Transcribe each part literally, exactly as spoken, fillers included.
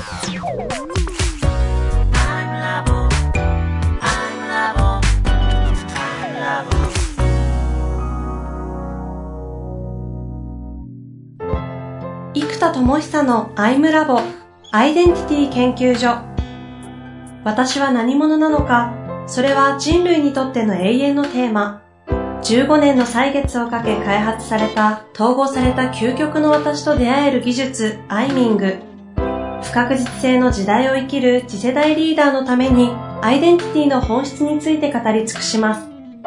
生田智久のアイムラボアイデンティティ研究所。私は何者なのか、それは人類にとっての永遠のテーマ。じゅうごねんの歳月をかけ開発された統合された究極の私と出会える技術アイミング。不確実性の時代を生きる次世代リーダーのためにアイデンティティの本質について語り尽くします。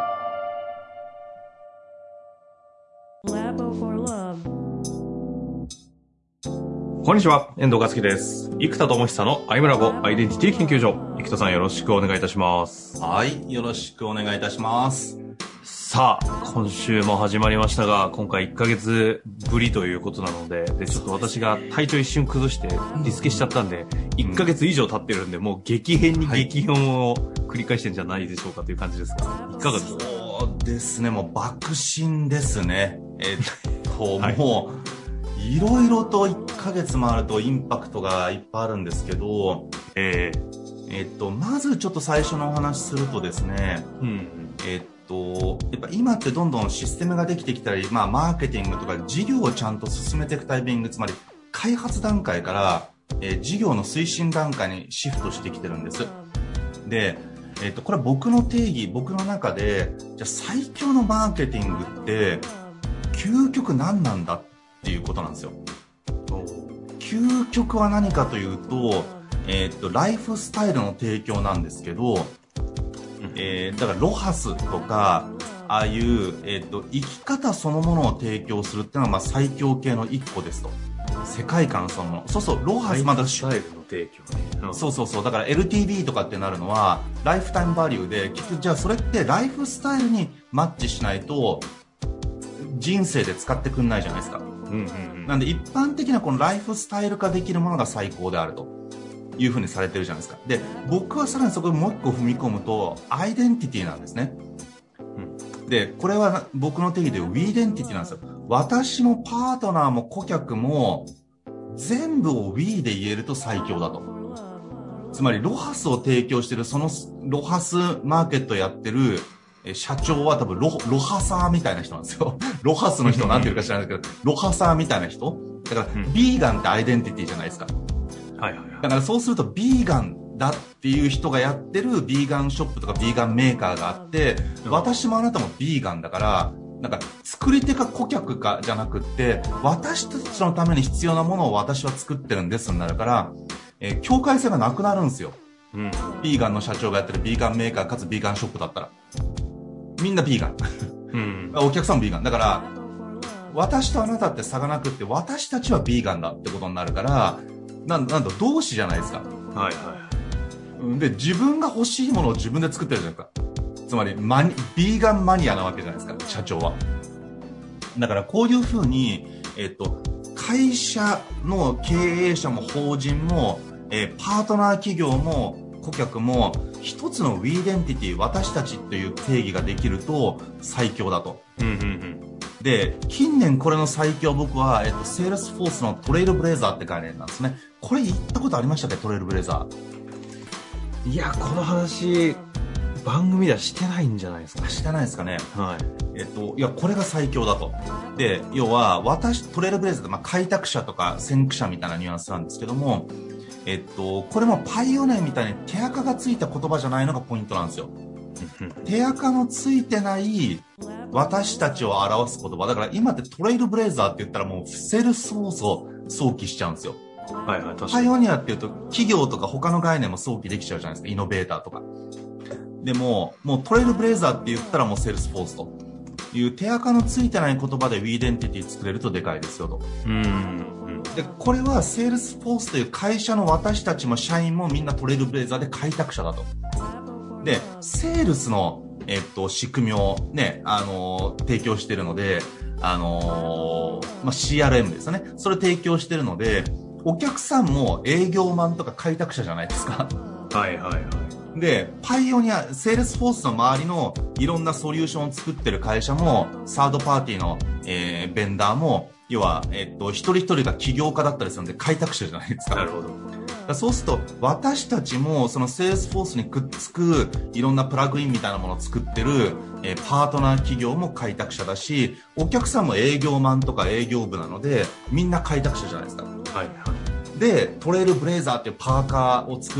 こんにちは、遠藤和樹です。生田智久のアイムラボアイデンティティ研究所。生田さんよろしくお願いいたします。 はい、よろしくお願いいたします。 さあ、今週も始まりましたが、今回いっかげつぶりということなので、で、ちょっと私が体調一瞬崩してリスケしちゃったんで、いっかげつ以上経ってるんで、もう激変に激変を繰り返してんじゃないでしょうかという感じですが、いかがですか？ そうですね、もう爆心ですね。えっと、はい、もう、いろいろといっかげつもあるとインパクトがいっぱいあるんですけど、えー、えっと、まずちょっと最初のお話するとですね、うん、えっと、やっぱ今ってどんどんシステムができてきたり、まあ、マーケティングとか事業をちゃんと進めていくタイミング、つまり開発段階から、えー、事業の推進段階にシフトしてきてるんです。で、えっと、これは僕の定義、僕の中で、じゃあ最強のマーケティングって、究極何なんだっていうことなんですよ。究極は何かというと、えー、っとライフスタイルの提供なんですけど、えー、だからロハスとかああいう、えー、っと生き方そのものを提供するっていうのはまあ最強系の一個ですと。世界観そのもの。そうそうロハスまだスタイルの提供ね。 そうそうそう。だから エルティービー とかってなるのはライフタイムバリューで、結局じゃあそれってライフスタイルにマッチしないと人生で使ってくんないじゃないですか。うんうんうん、なんで一般的なこのライフスタイル化できるものが最高であるというふうにされてるじゃないですか。で、僕はさらにそこにもう一個踏み込むとアイデンティティなんですね。うん、で、これは僕の定義でウィーデンティティなんですよ。私もパートナーも顧客も全部を We で言えると最強だと。つまりロハスを提供してるそのロハスマーケットやってる社長は多分 ロ, ロハサーみたいな人なんですよ。ロハスの人なんていうか知らないですけど、ロハサーみたいな人だから、うん、ビーガンってアイデンティティじゃないですか。はいはいはい。だからそうするとビーガンだっていう人がやってるビーガンショップとかビーガンメーカーがあって、私もあなたもビーガンだから、なんか作り手か顧客かじゃなくって、私たちのために必要なものを私は作ってるんですになるから、えー、境界線がなくなるんですよ。うん。ビーガンの社長がやってるビーガンメーカーかつビーガンショップだったら。みんなビーガン。うん、お客さんもビーガン。だから、私とあなたって差がなくって、私たちはビーガンだってことになるから、なんなんと同志じゃないですか。はいはい。で、自分が欲しいものを自分で作ってるじゃないですか。つまり、マニ、ビーガンマニアなわけじゃないですか、社長は。だからこういうふうに、えっと、会社の経営者も法人も、えー、パートナー企業も、顧客も一つのウィーデンティティ、私たちという定義ができると最強だと。うんうんうん、で、近年これの最強僕は、えっと、セールスフォースのトレイルブレイザーって概念なんですね。これ言ったことありましたっけ、トレイルブレイザー。いや、この話、番組ではしてないんじゃないですか。 してないですかね。はい。えっと、いや、これが最強だと。で、要は、私、トレイルブレイザーって、まあ、開拓者とか先駆者みたいなニュアンスなんですけども、えっと、これもパイオネアみたいに手垢がついた言葉じゃないのがポイントなんですよ。手垢のついてない私たちを表す言葉。だから今ってトレイルブレイザーって言ったらもうセールスフォースを想起しちゃうんですよ。はいはい、確かに。パイオネアって言うと企業とか他の概念も想起できちゃうじゃないですか。イノベーターとか。でも、もうトレイルブレイザーって言ったらもうセールスフォースという手垢のついてない言葉でウィーデンティティ作れるとでかいですよと。うん。で、これはセールスフォースという会社の私たちも社員もみんなトレイルブレイザーで開拓者だと。で、セールスの、えっと、仕組みをね、あのー、提供しているので、あのー、まあ、シーアールエム ですよね。それを提供しているので、お客さんも営業マンとか開拓者じゃないですか。はいはいはい。で、パイオニア、セールスフォースの周りのいろんなソリューションを作ってる会社も、サードパーティーの、えー、ベンダーも、要は、えっと、一人一人が起業家だったりするので開拓者じゃないですか。なるほど。 そうすると私たちもその Salesforce にくっつくいろんなプラグインみたいなものを作ってる、えー、パートナー企業も開拓者だし、お客さんも営業マンとか営業部なのでみんな開拓者じゃないですか。はいはい。でトレイルブレイザーっていうパーカーを作って、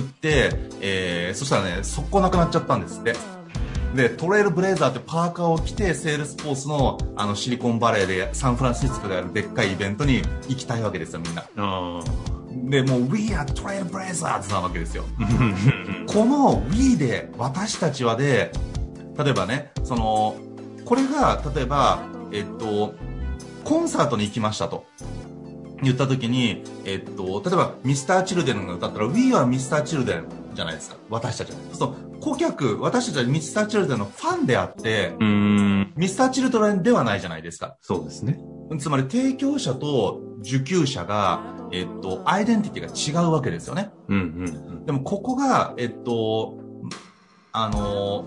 えー、そしたらね速攻なくなっちゃったんですって。でトレイルブレイザーってパーカーを着てセールスフォースのあのシリコンバレーでサンフランシスコであるでっかいイベントに行きたいわけですよみんな。あでもう We are Trailblazers なわけですよこの We で私たちはで例えばねそのこれが例えばえっとコンサートに行きましたと言った時にえっと例えばミスターチルデンが歌ったら We are ミスターチルデンじゃないですか私たちは。そう顧客私たちはミスターチルドレンのファンであってうーんミスターチルドレンではないじゃないですか。 そうですね。 つまり提供者と受給者がえっとアイデンティティが違うわけですよね。うんうんうん、でもここがえっとあの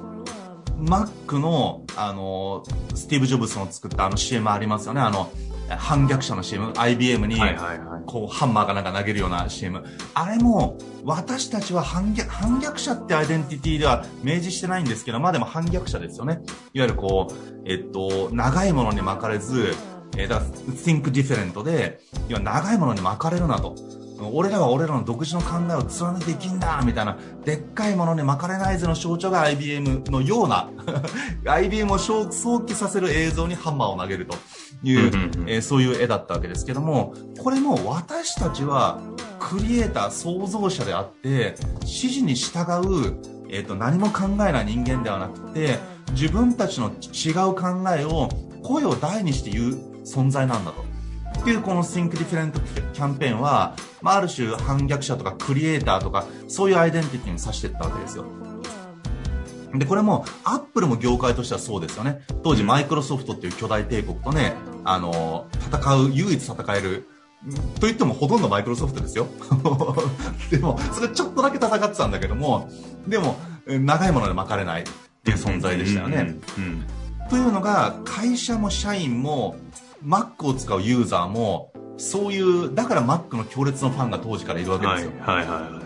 Mac のあのスティーブ・ジョブズの作ったあの シーエム ありますよね。あの反逆者の シーエム、アイビーエム にこうハンマーがなんか投げるような シーエム、あれも私たちは反逆、反逆者ってアイデンティティでは明示してないんですけど、まあでも反逆者ですよね。いわゆるこうえっと長いものに巻かれず、えー、だから think different で、いや長いものに巻かれるなと。俺らは俺らの独自の考えを貫いていきんだみたいなでっかいものに巻かれないぜの象徴が アイビーエム のようなアイビーエム を想起させる映像にハンマーを投げるという、えー、そういう絵だったわけですけども、これも私たちはクリエイター創造者であって指示に従う、えー、と何も考えない人間ではなくて自分たちの違う考えを声を大にして言う存在なんだとっていうこの Think Different キャンペーンは、まあ、ある種反逆者とかクリエイターとかそういうアイデンティティに指していったわけですよ。でこれもアップルも業界としてはそうですよね。当時マイクロソフトっていう巨大帝国とねあの戦う唯一戦えると言ってもほとんどマイクロソフトですよでもそれちょっとだけ戦ってたんだけどもでも長いもので巻かれないっていう存在でしたよね。というのが会社も社員もMac を使うユーザーもそういうだから Mac の強烈なファンが当時からいるわけですよ。はいはいはいはい、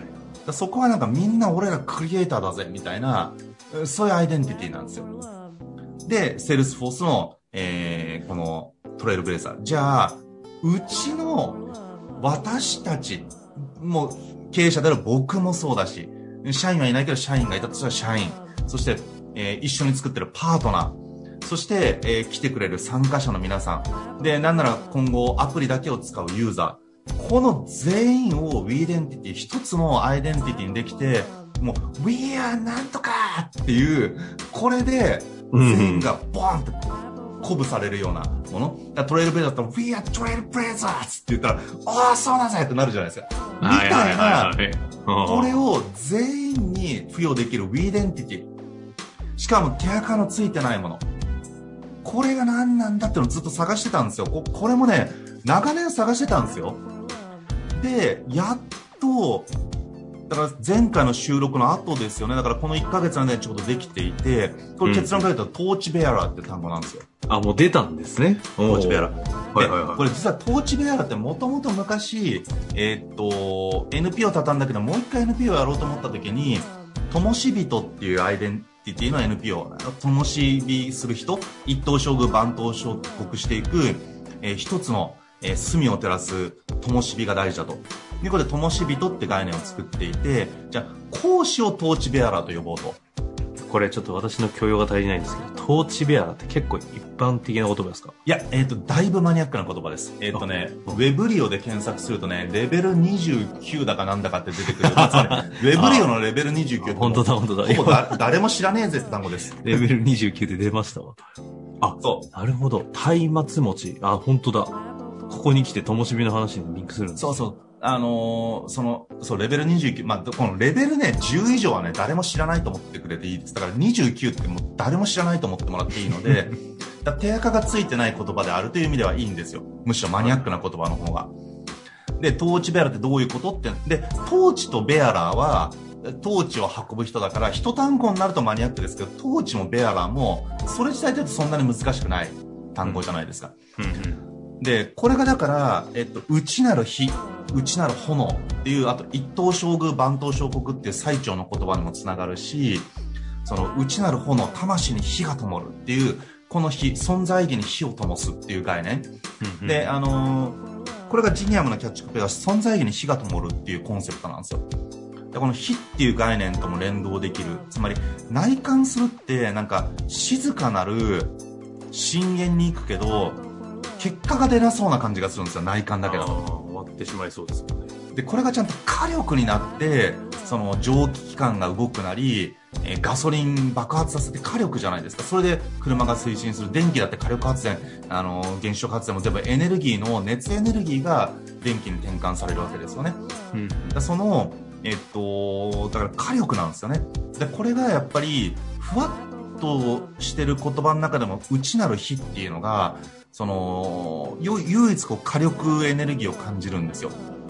そこはなんかみんな俺らクリエイターだぜみたいなそういうアイデンティティなんですよ。で Salesforce の、えー、このトレイルブレイザーじゃあうちの私たちもう経営者である僕もそうだし社員はいないけど社員がいたとしたら社員そして、えー、一緒に作ってるパートナーそして、えー、来てくれる参加者の皆さんでなんなら今後アプリだけを使うユーザーこの全員を We Identity 一つのアイデンティティにできてもう We are なんとかっていうこれで全員がボーンって鼓舞されるようなもの、うん、トレイルブレイザーだったら We are Trailblazers って言ったらああそうなんだってなるじゃないですかみたいなこれを全員に付与できる We Identity しかも手垢のついてないものこれが何なんだってのをずっと探してたんですよ。 こ, これもね長年探してたんですよ。でやっとだから前回の収録の後ですよね。だからこのいっかげつの間にちょうどできていてこれ結論から言うと、うん、トーチベアラーって単語なんですよ。 あもう出たんですねトーチベアラー。 はいはいはい、これ実はトーチベアラーってもともと昔えー、っと エヌピーオー 畳んだけどもう一回 エヌピーオー やろうと思った時に灯火人っていうアイデンティティの エヌピーオー 灯火する人一等将軍万等将国していく、えー、一つの、えー、隅を照らす灯火が大事だとでこれで灯火人って概念を作っていてじゃあ講師をトーチベアラーと呼ぼうと。 これちょっと私の教養が足りないんですけどトーチベアラーって結構一般的な言葉ですか？ いや、えっとだいぶマニアックな言葉です。えっとねウェブリオで検索するとねレベルにじゅうきゅうだかなんだかって出てくるつまりウェブリオのレベルにじゅうきゅうって本当だ本当だほぼだ誰も知らねえぜって単語です。 レベルにじゅうきゅうで出ましたわ。あそうなるほど松明餅あ本当だここに来て灯火の話にリンクするんです。 そうそうあのー、その、そう、レベルにじゅうきゅう、まあ、このレベルね、じゅう以上はね、誰も知らないと思ってくれていいです。だからにじゅうきゅうってもう誰も知らないと思ってもらっていいので、だ手垢がついてない言葉であるという意味ではいいんですよ。むしろマニアックな言葉の方が。で、トーチベアラーってどういうことって、で、トーチとベアラーは、トーチを運ぶ人だから、一単語になるとマニアックですけど、トーチもベアラーも、それ自体で言うとそんなに難しくない単語じゃないですか。うんうん、で、これがだから、えっと、内なる火。 内なる炎っていう、あと一等将軍万等将国っていう最長の言葉にもつながるし、その内なる炎、魂に火が灯るっていう、この火、存在意義に火を灯すっていう概念。うんうん、で、あのー、これがジニアムのキャッチコピーが存在意義に火が灯るっていうコンセプトなんですよ。でこの火っていう概念とも連動できる。つまり内観するってなんか静かなる深淵に行くけど、結果が出なそうな感じがするんですよ、内観だけど。 終わってしまいそうですよね。 で、これがちゃんと火力になって、その蒸気機関が動くなり、えー、ガソリン爆発させて火力じゃないですか。それで車が推進する。電気だって火力発電、あのー、原子力発電も全部エネルギーの熱エネルギーが電気に転換されるわけですよね。うん、だその、えっと、だから火力なんですよね。で、これがやっぱり、ふわっとしてる言葉の中でも、内なる火っていうのが、その、唯一こう火力エネルギーを感じるんですよ。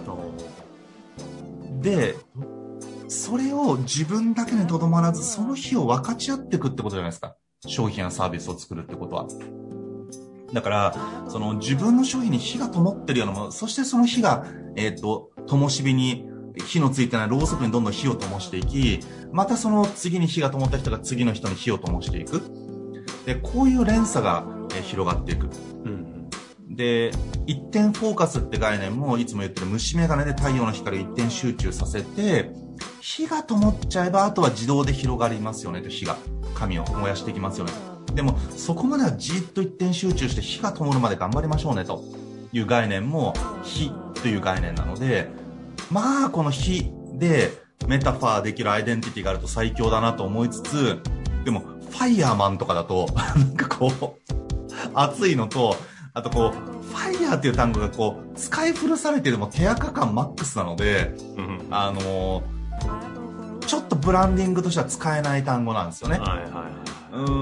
で、それを自分だけにとどまらず、その火を分かち合っていくってことじゃないですか。商品やサービスを作るってことは。だから、その自分の商品に火が灯ってるようなもの、そしてその火が、えっと、灯火に、火のついてないろうそくにどんどん火を灯していき、またその次に火が灯った人が次の人に火を灯していく。で、こういう連鎖が、えー、広がっていく。うん、で、一点フォーカスって概念もいつも言ってる虫眼鏡で太陽の光を一点集中させて、火が灯っちゃえばあとは自動で広がりますよねと、火が。神を燃やしていきますよね。でも、そこまではじっと一点集中して火が灯るまで頑張りましょうねという概念も火という概念なので、まあこの火でメタファーできるアイデンティティがあると最強だなと思いつつ、でもファイヤーマンとかだとなんかこう熱いのと、あとこうファイヤーっていう単語がこう使い古されてるも手垢感マックスなので、うん、あのちょっとブランディングとしては使えない単語なんですよね。はいはいはい、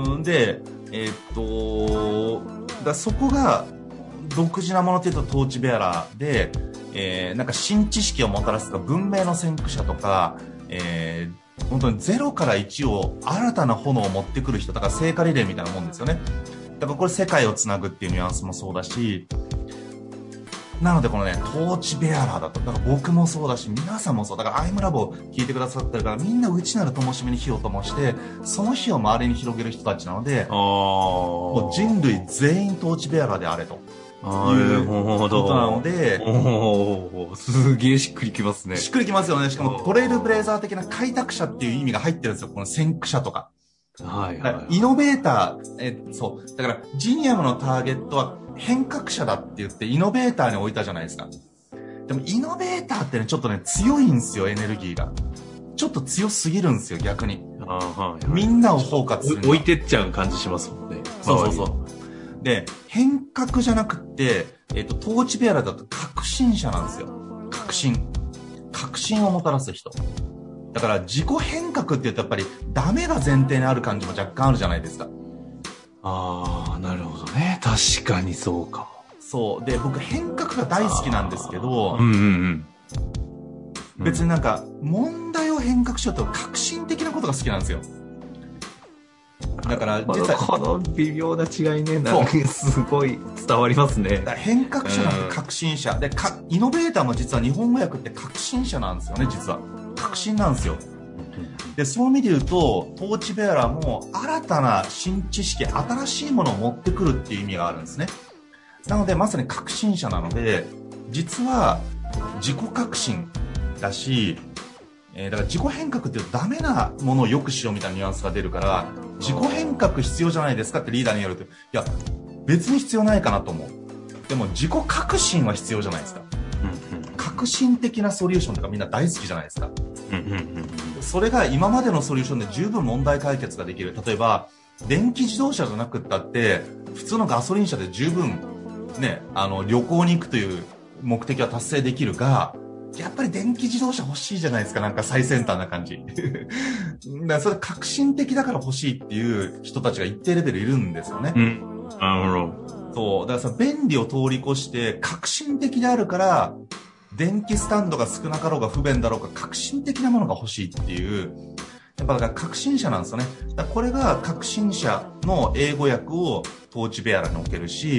うんでえー、っとだそこが独自なものっていうとトーチベアラーで、えー、なんか新知識をもたらすとか文明の先駆者とか、えー、本当にゼロからいちを新たな炎を持ってくる人だから聖火リレーみたいなもんですよね。だからこれ世界をつなぐっていうニュアンスもそうだし、なのでこのねトーチベアラーだと、だから僕もそうだし皆さんもそうだからアイムラボを聞いてくださってるからみんな内なる灯火に火を灯してその火を周りに広げる人たちなので、もう人類全員トーチベアラーであれということなので、 おーすげえしっくりきますね。 しっくりきますよね。しかもトレイルブレイザー的な開拓者っていう意味が入ってるんですよ、この先駆者とか。はいはいはい、イノベーター、えそうだからジニアムのターゲットは変革者だって言ってイノベーターに置いたじゃないですか。でもイノベーターってねちょっとね強いんですよ、エネルギーがちょっと強すぎるんですよ逆に。あ、はいはい、みんなを包括する置いてっちゃう感じしますもんね。 そうそうそう。で変革じゃなくってえっとトーチベアラーだと革新者なんですよ。革新革新をもたらす人だから自己変革って言うとやっぱりダメが前提にある感じも若干あるじゃないですか。 ああ、なるほどね。確かにそうかも。 そうで僕変革が大好きなんですけど、うんうんうんうん、別になんか問題を変革しようと革新的なことが好きなんですよ。だから実はこの微妙な違いね、なんかすごい伝わりますね。 変革者なんて革新者、うん、でかイノベーターも実は日本語訳って革新者なんですよね。実は革新なんですよ。でそういう意味で言うとトーチベアラーも新たな新知識新しいものを持ってくるっていう意味があるんですね。なのでまさに革新者なので実は自己革新だし、えー、だから自己変革っていうとダメなものを良くしようみたいなニュアンスが出るから自己変革必要じゃないですかってリーダーに言われると、いや別に必要ないかなと思う。でも自己革新は必要じゃないですか。革新的なソリューションとかみんな大好きじゃないですか。それが今までのソリューションで十分問題解決ができる。例えば電気自動車じゃなくったって普通のガソリン車で十分ね、あの旅行に行くという目的は達成できるが、やっぱり電気自動車欲しいじゃないですか。なんか最先端な感じだからそれ革新的だから欲しいっていう人たちが一定レベルいるんですよね。うん、なるほど。そうだからさ、便利を通り越して革新的であるから電気スタンドが少なかろうが不便だろうが革新的なものが欲しいっていう、やっぱだから革新者なんですよね。だからこれが革新者の英語訳をトーチベアラーに置けるし、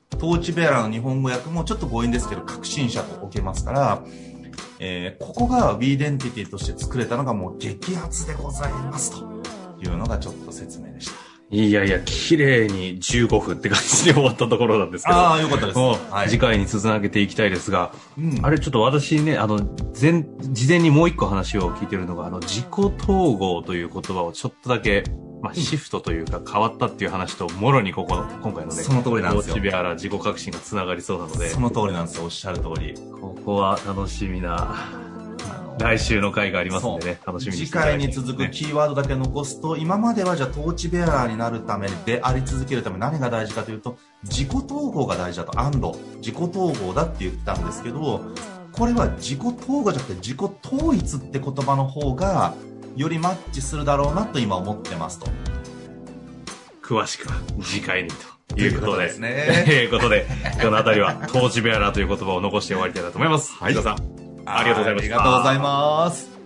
トーチベアラーの日本語訳もちょっと強引ですけど、革新者と置けますから、えー、ここが We Identity として作れたのがもう激アツでございますというのがちょっと説明でした。 いやいや、綺麗にじゅうごふんって感じで終わったところなんですけど。 ああ、よかったです。 もう、 はい、 次回につなげていきたいですが、 うん、 あれちょっと私ね、あの、前、事前にもう一個話を聞いてるのが、あの、自己統合という言葉をちょっとだけ、まあ、シフトというか変わったっていう話と、もろにここの、今回のね、 その通りなんですよ。 トーチベアラー自己革新がつながりそうなので。 その通りなんですよ、おっしゃる通り。 ここは楽しみな、来週の回がありますんでね、楽しみにしていただいて、ね、 次回に続くキーワードだけ残すと、今まではじゃあトーチベアラーになるためであり続けるため何が大事かというと、自己統合が大事だと、アンド、自己統合だって言ったんですけど、これは自己統合じゃなくて自己統一って言葉の方が、よりマッチするだろうなと今思ってますと。 詳しくは次回にということで。ということですね。 ということで、このあたりはトーチベアラーという言葉を残して終わりたいなと思います。 はい。 伊沢さん、ありがとうございました。 ありがとうございます。